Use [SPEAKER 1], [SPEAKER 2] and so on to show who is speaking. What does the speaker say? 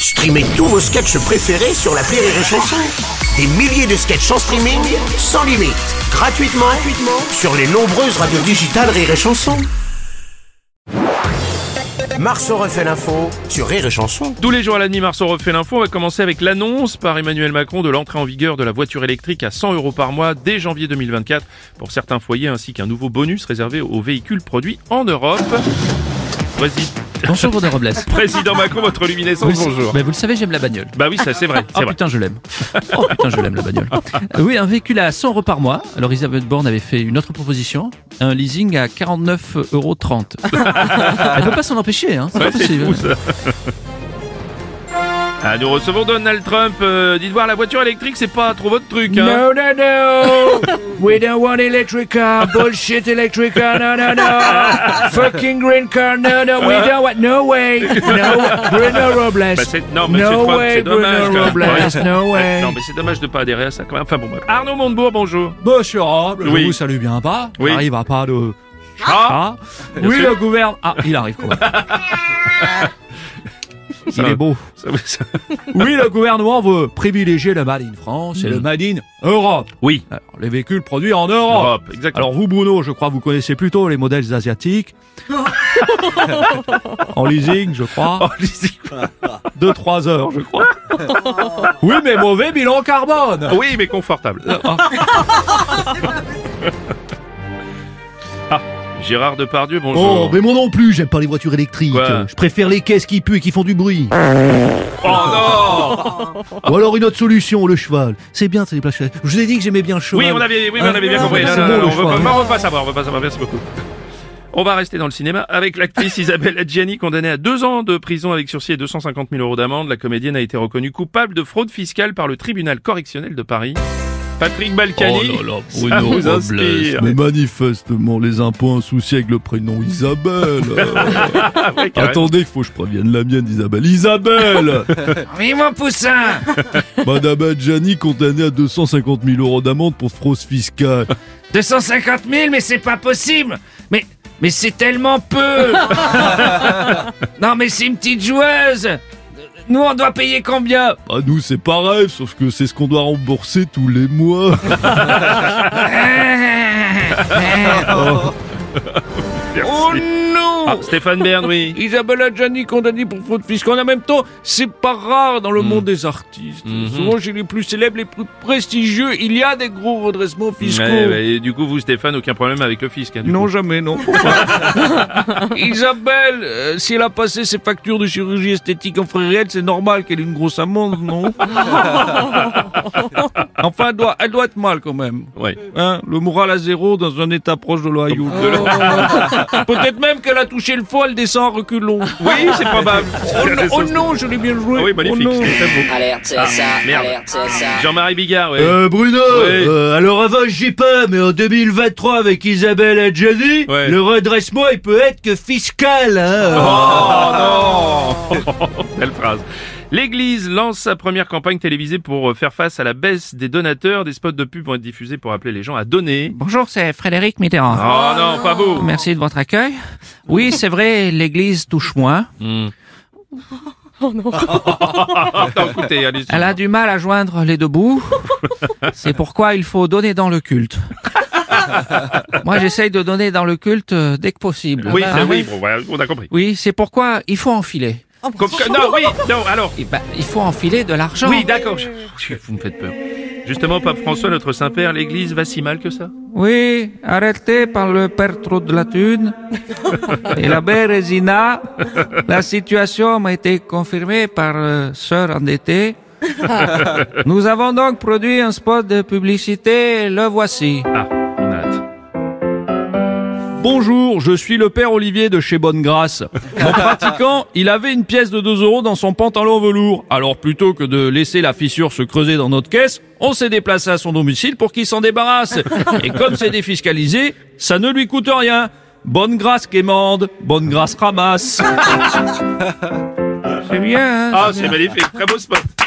[SPEAKER 1] Streamez tous vos sketchs préférés sur l'appli Rire et Chanson. Des milliers de sketchs en streaming, sans limite, gratuitement sur les nombreuses radios digitales Rire et Chanson. Marceau refait l'info sur Rire et Chanson.
[SPEAKER 2] Tous les jours à la demi, Marceau refait l'info. On va commencer avec l'annonce par Emmanuel Macron de l'entrée en vigueur de la voiture électrique à 100 € par mois dès janvier 2024 pour certains foyers, ainsi qu'un nouveau bonus réservé aux véhicules produits en Europe.
[SPEAKER 3] Bonjour René Robles.
[SPEAKER 2] Président Macron, votre luminescence, bonjour.
[SPEAKER 3] Mais vous le savez, j'aime la bagnole.
[SPEAKER 2] Bah oui, ça c'est vrai.
[SPEAKER 3] Oh putain, je l'aime. Oh putain, je l'aime la bagnole. Oui, un véhicule à 100 € par mois. Alors Elisabeth Borne avait fait une autre proposition, un leasing à 49,30 €. Elle peut pas s'en empêcher, hein. C'est
[SPEAKER 2] Ouais,
[SPEAKER 3] pas
[SPEAKER 2] c'est
[SPEAKER 3] possible.
[SPEAKER 2] fou, ça. Ah, nous recevons Donald Trump. Dites voir, la voiture électrique, c'est pas trop votre truc, hein.
[SPEAKER 4] No, no, no. We don't want electric car. Bullshit electric car. No, no, no. Fucking green car. No, no. We don't want. No way. No. Bruno Robles.
[SPEAKER 2] Bah, non, mais
[SPEAKER 4] No
[SPEAKER 2] c'est
[SPEAKER 4] way,
[SPEAKER 2] dommage.
[SPEAKER 4] Bruno
[SPEAKER 2] quand même.
[SPEAKER 4] Robles. No way.
[SPEAKER 2] Non, mais c'est dommage de pas adhérer à ça quand même. Enfin bon, bref. Arnaud Montebourg, bonjour.
[SPEAKER 3] Monsieur Robles,
[SPEAKER 2] Oui.
[SPEAKER 3] je vous salue bien pas.
[SPEAKER 2] Oui.
[SPEAKER 3] J'arrive à pas de...
[SPEAKER 2] Ah,
[SPEAKER 3] Oui,
[SPEAKER 2] sûr.
[SPEAKER 3] le gouvernement... Ah, il arrive quand même. Il est beau. Oui, le gouvernement veut privilégier le Made in France et le Made in Europe.
[SPEAKER 2] Oui,
[SPEAKER 3] Alors, les véhicules produits en Europe.
[SPEAKER 2] Europe, exactement.
[SPEAKER 3] Alors vous, Bruno, je crois que vous connaissez plutôt les modèles asiatiques. En leasing, je crois.
[SPEAKER 2] Oh, lisez.
[SPEAKER 3] 2-3 heures, je crois. Oui, mais mauvais bilan carbone.
[SPEAKER 2] Oui, mais confortable. Gérard Depardieu, bonjour.
[SPEAKER 5] Oh, mais moi non plus, j'aime pas les voitures électriques.
[SPEAKER 2] Quoi
[SPEAKER 5] Je préfère les caisses qui puent et qui font du bruit.
[SPEAKER 2] Oh non.
[SPEAKER 5] Ou alors une autre solution, le cheval. C'est bien, c'est les plages. Je vous ai dit que j'aimais bien le cheval.
[SPEAKER 2] Oui, on avait bien compris.
[SPEAKER 5] c'est
[SPEAKER 2] Non,
[SPEAKER 5] bon, le
[SPEAKER 2] on
[SPEAKER 5] cheval.
[SPEAKER 2] veut pas savoir, merci beaucoup. On va rester dans le cinéma avec l'actrice Isabelle Adjani, condamnée à 2 ans de prison avec sursis et 250 000 € d'amende. La comédienne a été reconnue coupable de fraude fiscale par le tribunal correctionnel de Paris. Patrick Balkany, ça vous inspire.
[SPEAKER 6] Mais manifestement, les impôts insouciés avec le prénom Isabelle.
[SPEAKER 2] Ouais, carrément.
[SPEAKER 6] Attendez, il faut que je prévienne la mienne d'Isabelle. Isabelle.
[SPEAKER 4] Oui, mon poussin.
[SPEAKER 6] Madame Adjani condamnée à 250 000 € d'amende pour fraude fiscale.
[SPEAKER 4] 250 000, mais c'est pas possible. Mais c'est tellement peu. Non, mais c'est une petite joueuse. Nous, on doit payer combien?
[SPEAKER 6] Bah nous c'est pareil, sauf que c'est ce qu'on doit rembourser tous les mois.
[SPEAKER 4] Oh non.
[SPEAKER 2] Ah, Stéphane Bern, oui.
[SPEAKER 4] Isabelle Adjani condamnée pour fraude fiscale. En même temps, c'est pas rare dans le monde des artistes. Souvent, chez les plus célèbres, les plus prestigieux, il y a des gros redressements fiscaux.
[SPEAKER 2] Et du coup, vous, Stéphane, aucun problème avec le fisc, hein, du
[SPEAKER 4] Non,
[SPEAKER 2] coup.
[SPEAKER 4] jamais, non. Isabelle, si elle a passé ses factures de chirurgie esthétique en frais réels, c'est normal qu'elle ait une grosse amende, non? Enfin, elle doit être mal quand même.
[SPEAKER 2] Ouais.
[SPEAKER 4] Hein, le moral à zéro dans un état proche de l'Ohio. Peut-être même qu'elle a touché le foie, elle descend en reculons.
[SPEAKER 2] Oui, c'est probable.
[SPEAKER 4] Oh non, je l'ai bien joué.
[SPEAKER 2] Ah oui, magnifique,
[SPEAKER 4] Oh non.
[SPEAKER 2] c'était très beau.
[SPEAKER 7] Alerte, c'est ça,
[SPEAKER 2] merde.
[SPEAKER 7] alerte, c'est ça.
[SPEAKER 2] Jean-Marie Bigard, oui.
[SPEAKER 5] Bruno,
[SPEAKER 2] Oui.
[SPEAKER 5] alors avant je sais pas, mais en 2023 avec Isabelle Adjani,
[SPEAKER 2] Ouais.
[SPEAKER 5] le redressement il peut être que fiscal, hein.
[SPEAKER 2] Oh non. Belle phrase. L'Église lance sa première campagne télévisée pour faire face à la baisse des donateurs. Des spots de pub vont être diffusés pour appeler les gens à donner.
[SPEAKER 3] Bonjour, c'est Frédéric Mitterrand.
[SPEAKER 2] Oh non, pas beau.
[SPEAKER 3] Merci de votre accueil. Oui, c'est vrai, l'église touche moins.
[SPEAKER 2] Non, écoutez, allez-y.
[SPEAKER 3] Elle a du mal à joindre les deux bouts. C'est pourquoi il faut donner dans le culte. Moi, j'essaye de donner dans le culte dès que possible.
[SPEAKER 2] Oui,
[SPEAKER 3] Ah,
[SPEAKER 2] oui, bon, voilà, on a compris.
[SPEAKER 3] Oui, c'est pourquoi il faut enfiler.
[SPEAKER 2] Non, oui, non, alors.
[SPEAKER 3] Eh ben, il faut enfiler de l'argent.
[SPEAKER 2] Oui, d'accord. Vous me faites peur. Justement, Pape François, notre Saint-Père, l'Église va si mal que ça?
[SPEAKER 3] Oui, arrêté par le père trop de la thune et la Bérésina. La situation m'a été confirmée par sœur endettée. Nous avons donc produit un spot de publicité, le voici.
[SPEAKER 2] Ah, on a hâte.
[SPEAKER 3] Bonjour, je suis le père Olivier de chez Bonne Grâce. Mon pratiquant, il avait une pièce de 2 € dans son pantalon en velours. Alors plutôt que de laisser la fissure se creuser dans notre caisse, on s'est déplacé à son domicile pour qu'il s'en débarrasse. Et comme c'est défiscalisé, ça ne lui coûte rien. Bonne Grâce quémande, Bonne Grâce ramasse. C'est bien, hein?
[SPEAKER 2] Ah, c'est magnifique. Très beau spot.